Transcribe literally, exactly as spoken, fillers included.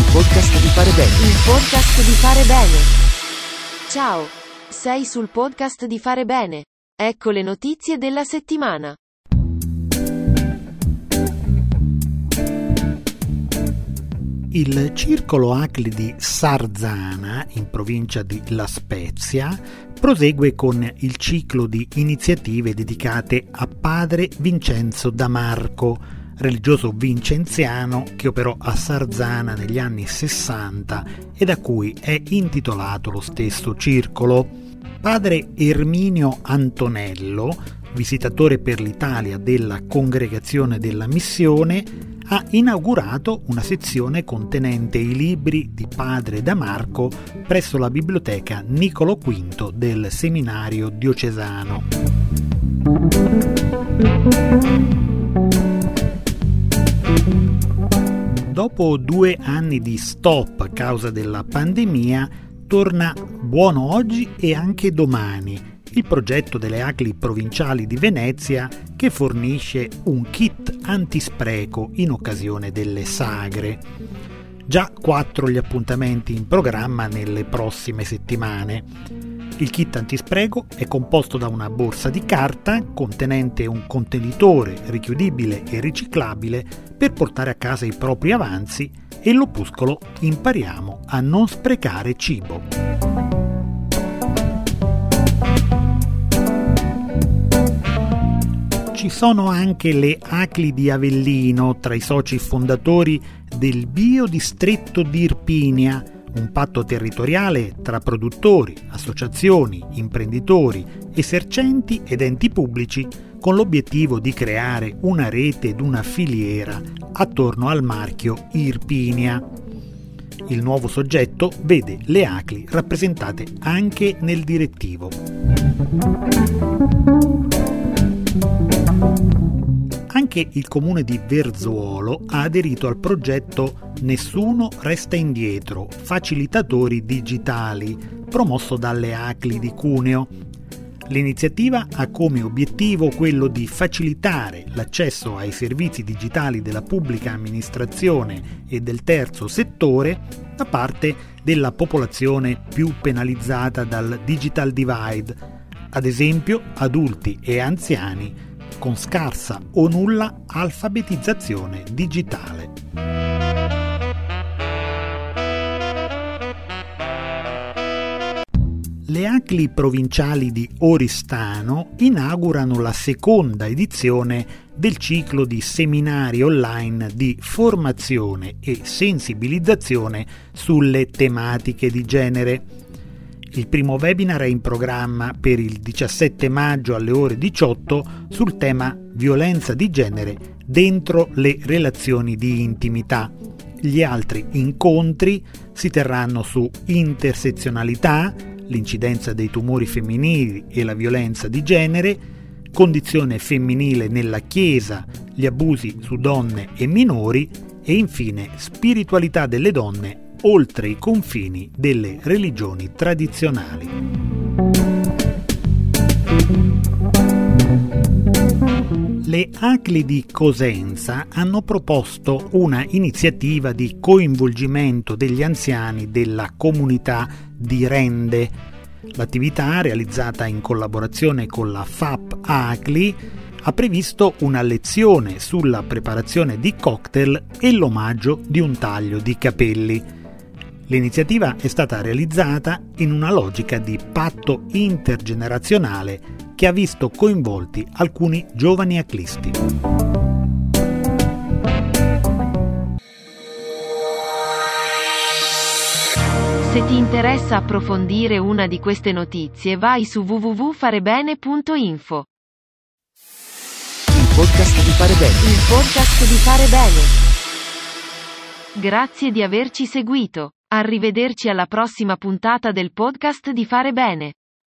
podcast di fare bene. Il podcast di fare bene. Ciao, sei sul podcast di fare bene. Ecco le notizie della settimana. Il circolo A C L I di Sarzana, in provincia di La Spezia, prosegue con il ciclo di iniziative dedicate a padre Vincenzo da Marco, religioso vincenziano che operò a Sarzana negli anni sessanta e da cui è intitolato lo stesso circolo. Padre Erminio Antonello, visitatore per l'Italia della Congregazione della Missione, ha inaugurato una sezione contenente i libri di padre da Marco presso la biblioteca Niccolò quinto del seminario diocesano. Dopo due anni di stop a causa della pandemia, torna Buono Oggi e Anche Domani, il progetto delle A C L I provinciali di Venezia che fornisce un kit antispreco in occasione delle sagre. Già quattro gli appuntamenti in programma nelle prossime settimane. Il kit antispreco è composto da una borsa di carta contenente un contenitore richiudibile e riciclabile per portare a casa i propri avanzi e l'opuscolo Impariamo a non sprecare cibo. Ci sono anche le A C L I di Avellino tra i soci fondatori del Biodistretto di Irpinia, un patto territoriale tra produttori, associazioni, imprenditori, esercenti ed enti pubblici con l'obiettivo di creare una rete ed una filiera attorno al marchio Irpinia. Il nuovo soggetto vede le A C L I rappresentate anche nel direttivo. Anche il comune di Verzuolo ha aderito al progetto Nessuno resta indietro, facilitatori digitali, promosso dalle A C L I di Cuneo. L'iniziativa ha come obiettivo quello di facilitare l'accesso ai servizi digitali della pubblica amministrazione e del terzo settore da parte della popolazione più penalizzata dal digital divide, ad esempio adulti e anziani con scarsa o nulla alfabetizzazione digitale. Le A C L I provinciali di Oristano inaugurano la seconda edizione del ciclo di seminari online di formazione e sensibilizzazione sulle tematiche di genere. Il primo webinar è in programma per il diciassette maggio alle ore diciotto sul tema violenza di genere dentro le relazioni di intimità. Gli altri incontri si terranno su intersezionalità, l'incidenza dei tumori femminili e la violenza di genere, condizione femminile nella Chiesa, gli abusi su donne e minori e infine spiritualità delle donne oltre i confini delle religioni tradizionali. Le A C L I di Cosenza hanno proposto una iniziativa di coinvolgimento degli anziani della comunità di Rende. L'attività, realizzata in collaborazione con la F A P A C L I, ha previsto una lezione sulla preparazione di cocktail e l'omaggio di un taglio di capelli. L'iniziativa è stata realizzata in una logica di patto intergenerazionale che ha visto coinvolti alcuni giovani aclisti. Se ti interessa approfondire una di queste notizie, vai su w w w punto farebene punto info. Il podcast di fare bene. Il podcast di fare bene. Grazie di averci seguito. Arrivederci alla prossima puntata del podcast di Fare Bene.